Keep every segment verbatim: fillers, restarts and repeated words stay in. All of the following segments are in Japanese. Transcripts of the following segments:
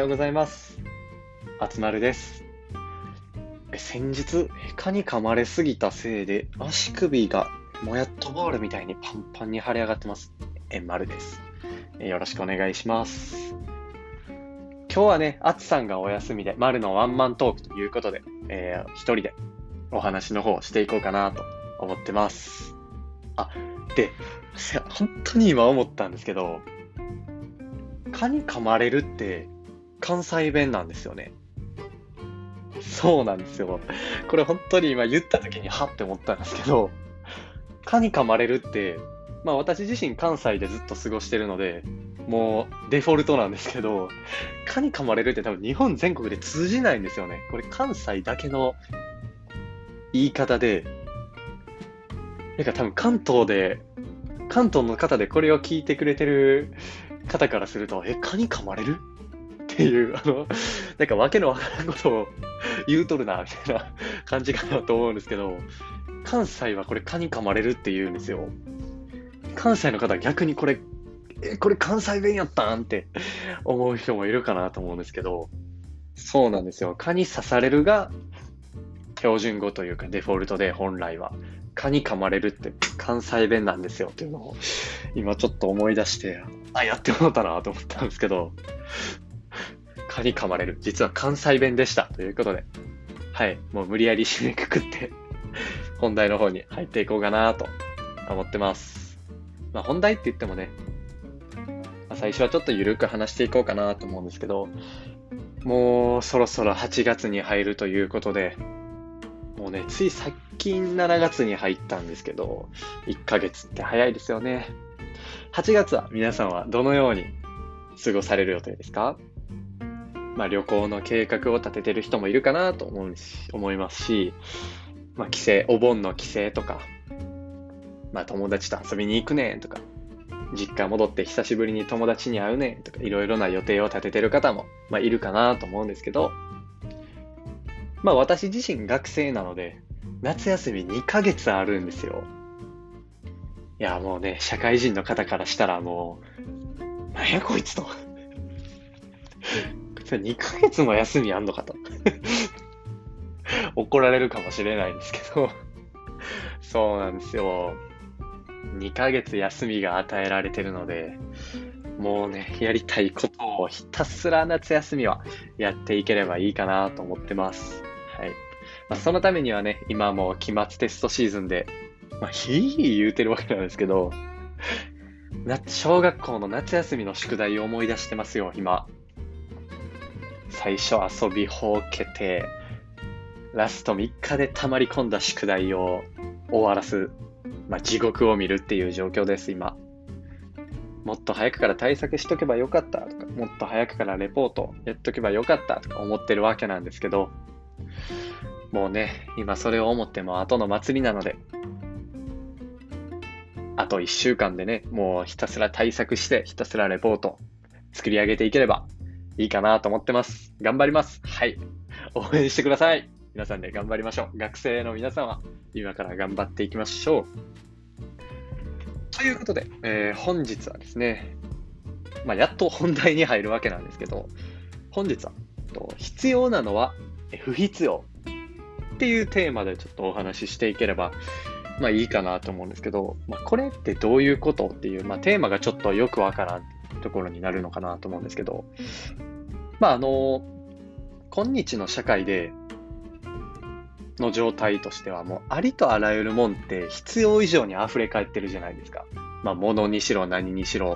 ようございます。あつまるです。え先日、蚊に噛まれすぎたせいで足首がもやっとボールみたいにパンパンに腫れ上がってます。えまるです。えよろしくお願いします。今日はね、あつさんがお休みで、まるのワンマントークということで、えー、一人でお話の方をしていこうかなと思ってます。あ、で、本当に今思ったんですけど、蚊に噛まれるって関西弁なんですよね。そうなんですよ。これ本当に今言った時にはって思ったんですけど、蚊に噛まれるって、まあ私自身関西でずっと過ごしてるので、もうデフォルトなんですけど、蚊に噛まれるって多分日本全国で通じないんですよね。これ関西だけの言い方で、なんか多分関東で、関東の方でこれを聞いてくれてる方からすると、え、蚊に噛まれるっていう、あの、なんかわけのわからんことを言うとるな、みたいな感じかなと思うんですけど、関西はこれ蚊に噛まれるって言うんですよ。関西の方は逆にこれ、え、これ関西弁やったんって思う人もいるかなと思うんですけど、そうなんですよ。蚊に刺されるが標準語というかデフォルトで本来は。蚊に噛まれるって関西弁なんですよっていうのを今ちょっと思い出して、あ、やってもらったなと思ったんですけど、蚊に噛まれる。実は関西弁でしたということで、はい、もう無理やり締めくくって本題の方に入っていこうかなと思ってます。まあ本題って言ってもね、まあ、最初はちょっとゆるく話していこうかなと思うんですけど、もうそろそろはちがつに入るということで、もうね、つい最近しちがつに入ったんですけど、いっかげつって早いですよね。はちがつは皆さんはどのように過ごされる予定ですか？まあ旅行の計画を立ててる人もいるかなと思うし、思いますし、まあ帰省、お盆の帰省とか、まあ友達と遊びに行くねんとか、実家戻って久しぶりに友達に会うねんとか、いろいろな予定を立ててる方も、まあ、いるかなと思うんですけど、まあ私自身学生なので、夏休みにかげつあるんですよ。いやもうね、社会人の方からしたらもう、なんやこいつと。にかげつも休みあんのかと。怒られるかもしれないんですけど、そうなんですよ。にかげつ休みが与えられてるので、もうね、やりたいことをひたすら夏休みはやっていければいいかなと思ってます。はい。まあ、そのためにはね、今もう期末テストシーズンで、まあ、ひいひい言うてるわけなんですけど、小学校の夏休みの宿題を思い出してますよ、今。最初遊びほうけて、ラストみっかで溜まり込んだ宿題を終わらす、まあ、地獄を見るっていう状況です、今。もっと早くから対策しとけばよかったとか、もっと早くからレポートやっとけばよかったとか思ってるわけなんですけど、もうね、今それを思っても後の祭りなので、あといっしゅうかんでね、もうひたすら対策して、ひたすらレポート作り上げていければいいかなと思ってます。頑張ります。はい。応援してください。皆さんで頑張りましょう。学生の皆さんは今から頑張っていきましょう。ということで、えー、本日はですね、まあ、やっと本題に入るわけなんですけど、本日は必要なのは不必要っていうテーマでちょっとお話ししていければ、まあいいかなと思うんですけど、まあ、これってどういうことっていう、まあ、テーマがちょっとよくわからんところになるのかなと思うんですけど、まああの、今日の社会での状態としてはもうありとあらゆるもんって必要以上に溢れ返ってるじゃないですか。まあ物にしろ何にしろ。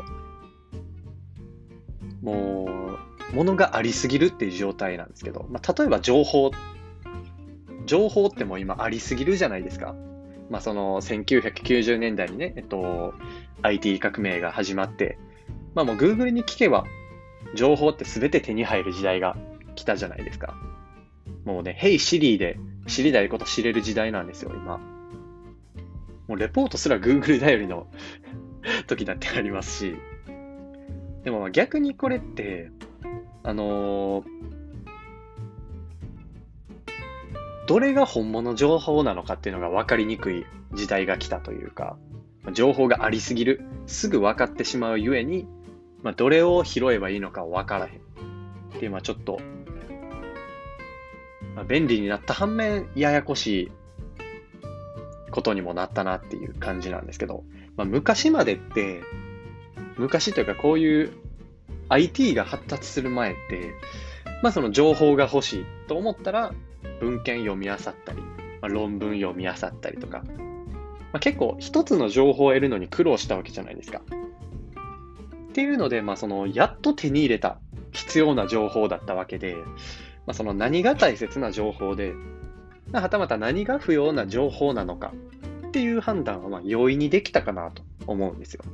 もう物がありすぎるっていう状態なんですけど、まあ例えば情報。情報ってもう今ありすぎるじゃないですか。まあそのせんきゅうひゃくきゅうじゅうねんだいにね、えっと、アイティー 革命が始まって、まあもう Google に聞けば情報って全て手に入る時代が来たじゃないですか。もうね、Hey Siri で知りたいこと知れる時代なんですよ、今。もうレポートすら Google 頼りの時だってありますし。でも逆にこれって、あのー、どれが本物情報なのかっていうのが分かりにくい時代が来たというか、情報がありすぎる、すぐ分かってしまうゆえに、まあ、どれを拾えばいいのか分からへん。 っていうのはちょっと、まあ、便利になった反面、ややこしいことにもなったなっていう感じなんですけど、まあ、昔までって、昔というかこういう アイティー が発達する前って、まあその情報が欲しいと思ったら文献読み漁ったり、まあ、論文読み漁ったりとか、まあ、結構一つの情報を得るのに苦労したわけじゃないですか。っていうので、まあそのやっと手に入れた必要な情報だったわけで、まあ、その何が大切な情報で、はたまた何が不要な情報なのかっていう判断はまあ容易にできたかなと思うんですよ。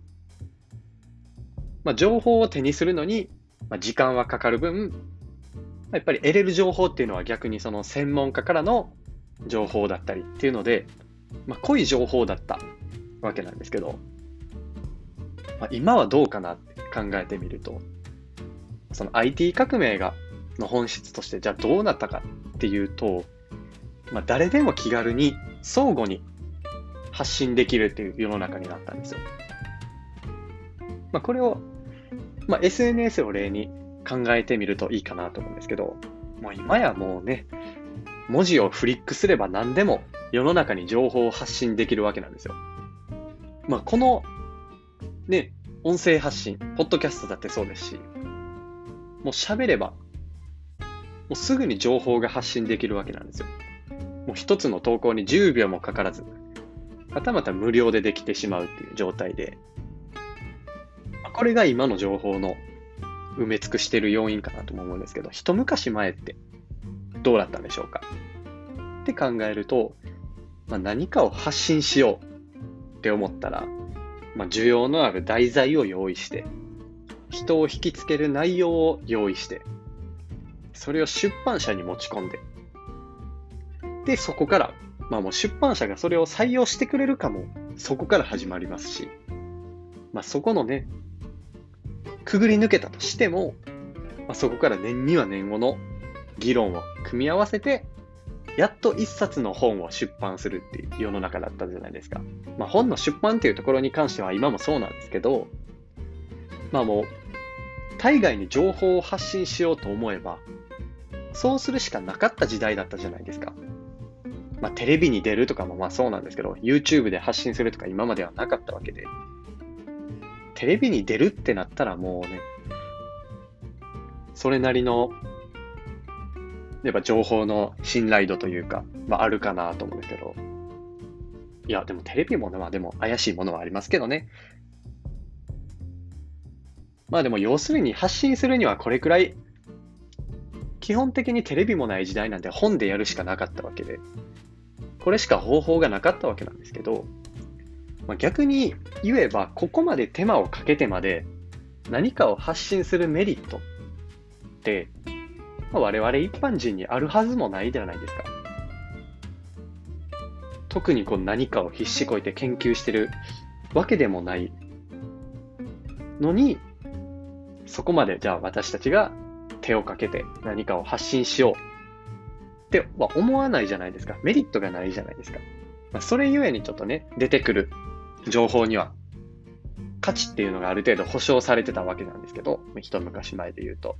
まあ、情報を手にするのに時間はかかる分、やっぱり得れる情報っていうのは逆にその専門家からの情報だったりっていうので、まあ、濃い情報だったわけなんですけど、まあ、今はどうかなって考えてみると、その アイティー 革命がの本質としてじゃあどうなったかっていうと、まあ、誰でも気軽に相互に発信できるっていう世の中になったんですよ。まあ、これを、まあ、エスエヌエス を例に考えてみるといいかなと思うんですけど、もう今やもうね、文字をフリックすれば何でも世の中に情報を発信できるわけなんですよ。まあ、このね、音声発信、ポッドキャストだってそうですし、もう喋れば、もうすぐに情報が発信できるわけなんですよ。もう一つの投稿にじゅうびょうもかからず、はたまた無料でできてしまうっていう状態で、これが今の情報の埋め尽くしている要因かなとも思うんですけど、一昔前ってどうだったんでしょうかって考えると、まあ、何かを発信しようって思ったら、まあ、需要のある題材を用意して、人を引きつける内容を用意して、それを出版社に持ち込んで、で、そこから、まあもう出版社がそれを採用してくれるかも、そこから始まりますし、まあそこのね、くぐり抜けたとしても、まあ、そこから年には年後の議論を組み合わせて、やっと一冊の本を出版するっていう世の中だったじゃないですか。まあ本の出版っていうところに関しては今もそうなんですけど、まあもう、対外に情報を発信しようと思えば、そうするしかなかった時代だったじゃないですか。まあテレビに出るとかもまあそうなんですけど、YouTube で発信するとか今まではなかったわけで、テレビに出るってなったらもうね、それなりの、やっぱ情報の信頼度というか、まああるかなと思うんですけど、いや、でもテレビもね、まあでも怪しいものはありますけどね。まあでも要するに発信するにはこれくらい、基本的にテレビもない時代なんで本でやるしかなかったわけで、これしか方法がなかったわけなんですけど、まあ、逆に言えば、ここまで手間をかけてまで何かを発信するメリットって、まあ、我々一般人にあるはずもないじゃないですか。特にこう何かを必死こいて研究してるわけでもないのに、そこまでじゃあ私たちが手をかけて何かを発信しようっては思わないじゃないですか。メリットがないじゃないですか。まあ、それゆえにちょっとね、出てくる情報には価値っていうのがある程度保証されてたわけなんですけど、一昔前で言うと。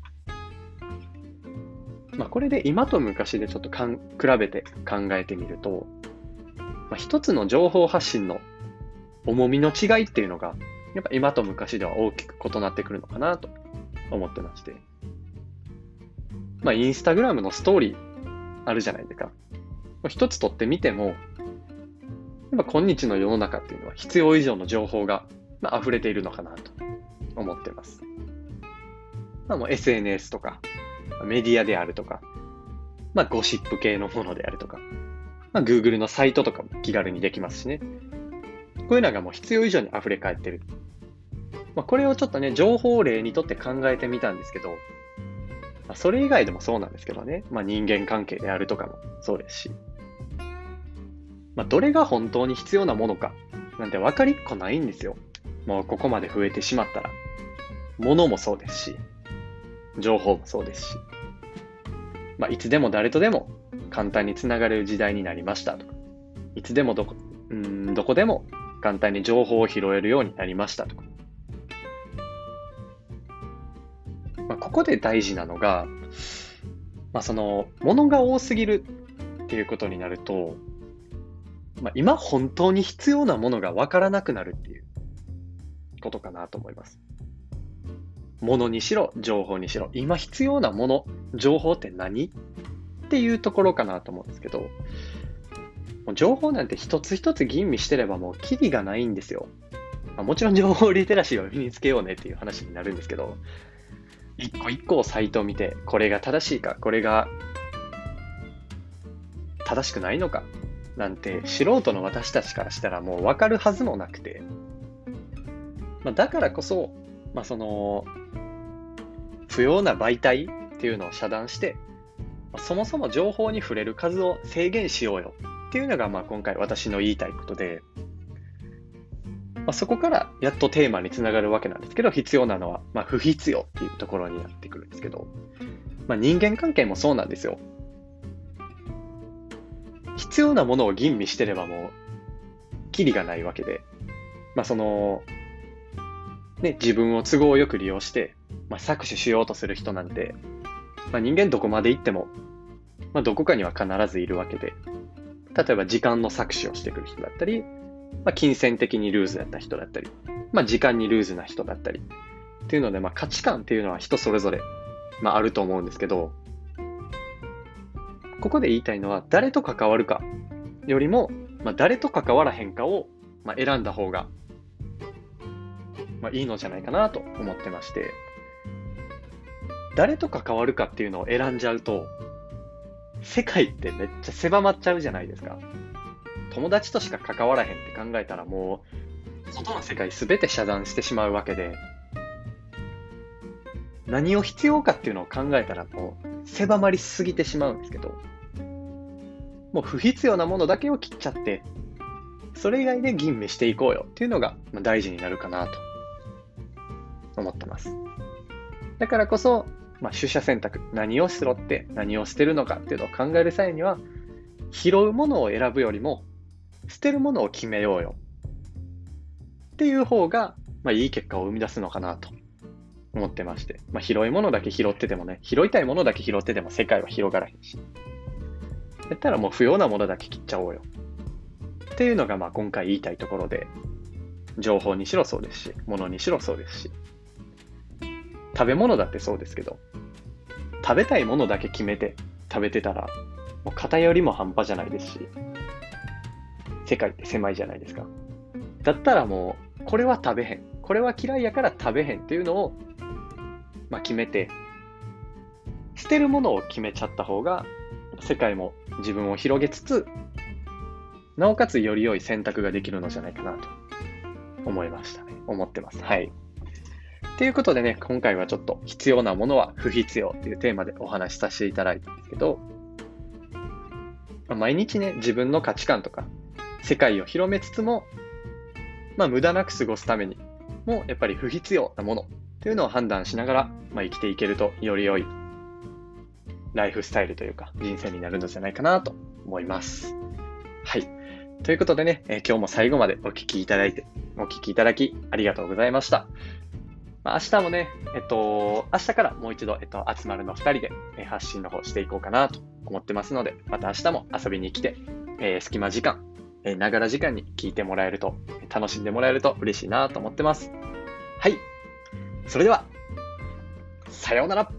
まあ、これで今と昔でちょっとかん比べて考えてみると、まあ、一つの情報発信の重みの違いっていうのが、やっぱ今と昔では大きく異なってくるのかなと思ってまして。まあ、インスタグラムのストーリーあるじゃないですか。一つ取ってみても、やっぱ今日の世の中っていうのは必要以上の情報が溢れているのかなと思ってます。まあもう エスエヌエス とかメディアであるとか、まあゴシップ系のものであるとか、まあ Google のサイトとかも気軽にできますしね。こういうのがもう必要以上に溢れ返ってる。まあこれをちょっとね、情報例にとって考えてみたんですけど、まあ、それ以外でもそうなんですけどね、まあ人間関係であるとかもそうですし、まあ、どれが本当に必要なものかなんて分かりっこないんですよ。もうここまで増えてしまったら。物もそうですし、情報もそうですし、まあ、いつでも誰とでも簡単につながれる時代になりましたとか、いつでもどこ、うーん、どこでも簡単に情報を拾えるようになりましたとか、まあ、こここで大事なのが、まあ、その、物が多すぎるっていうことになると、まあ、今本当に必要なものが分からなくなるっていうことかなと思います。物にしろ、情報にしろ、今必要なもの、情報って何っていうところかなと思うんですけど、もう情報なんて一つ一つ吟味してればもうキリがないんですよ。まあ、もちろん情報リテラシーを身につけようねっていう話になるんですけど、一個一個サイトを見て、これが正しいか、これが正しくないのか、なんて素人の私たちからしたらもう分かるはずもなくて、まあ、だからこそ、まあ、その不要な媒体っていうのを遮断して、まあ、そもそも情報に触れる数を制限しようよっていうのがまあ今回私の言いたいことで、まあ、そこからやっとテーマにつながるわけなんですけど、必要なのはまあ不必要っていうところになってくるんですけど、まあ、人間関係もそうなんですよ。必要なものを吟味してればもうキリがないわけで、まあそのね、自分を都合よく利用して、まあ、搾取しようとする人なんて、まあ、人間どこまで行っても、まあ、どこかには必ずいるわけで、例えば時間の搾取をしてくる人だったり、まあ、金銭的にルーズだった人だったり、まあ、時間にルーズな人だったりっていうので、まあ、価値観っていうのは人それぞれ、まあ、あると思うんですけど、ここで言いたいのは誰と関わるかよりも、まあ、誰と関わらへんかを、まあ、選んだ方が、まあ、いいのじゃないかなと思ってまして、誰と関わるかっていうのを選んじゃうと、世界ってめっちゃ狭まっちゃうじゃないですか。友達としか関わらへんって考えたらもう、外の世界すべて遮断してしまうわけで、何を必要かっていうのを考えたらもう狭まりすぎてしまうんですけど、もう不必要なものだけを切っちゃって、それ以外で吟味していこうよっていうのが大事になるかなと思ってます。だからこそ、まあ、取捨選択、何を拾って何を捨てるのかっていうのを考える際には、拾うものを選ぶよりも捨てるものを決めようよっていう方が、まあ、いい結果を生み出すのかなと思ってまして、まあ、拾いものだけ拾っててもね、拾いたいものだけ拾ってても世界は広がらへんし、だったらもう不要なものだけ切っちゃおうよっていうのがまあ今回言いたいところで、情報にしろそうですし、物にしろそうですし、食べ物だってそうですけど、食べたいものだけ決めて食べてたら、もう偏りも半端じゃないですし、世界って狭いじゃないですか。だったらもう、これは食べへん、これは嫌いやから食べへんっていうのを、まあ、決めて、捨てるものを決めちゃった方が、世界も自分を広げつつ、なおかつより良い選択ができるのじゃないかなと思いましたね。思ってます。はい。ということでね、今回はちょっと必要なものは不必要っていうテーマでお話しさせていただいたんですけど、まあ、毎日ね、自分の価値観とか世界を広めつつも、まあ無駄なく過ごすためにもやっぱり不必要なものっていうのを判断しながら、まあ、生きていけるとより良いライフスタイルというか人生になるのじゃないかなと思います。はい。ということでね、えー、今日も最後までお聞きいただいて、お聞きいただきありがとうございました。まあ、明日もね、えっと、明日からもう一度、えっと、集まるのふたりで、えー、発信の方していこうかなと思ってますので、また明日も遊びに来て、えー、隙間時間、えー、ながら時間に聞いてもらえると、楽しんでもらえると嬉しいなと思ってます。はい。それでは、さようなら。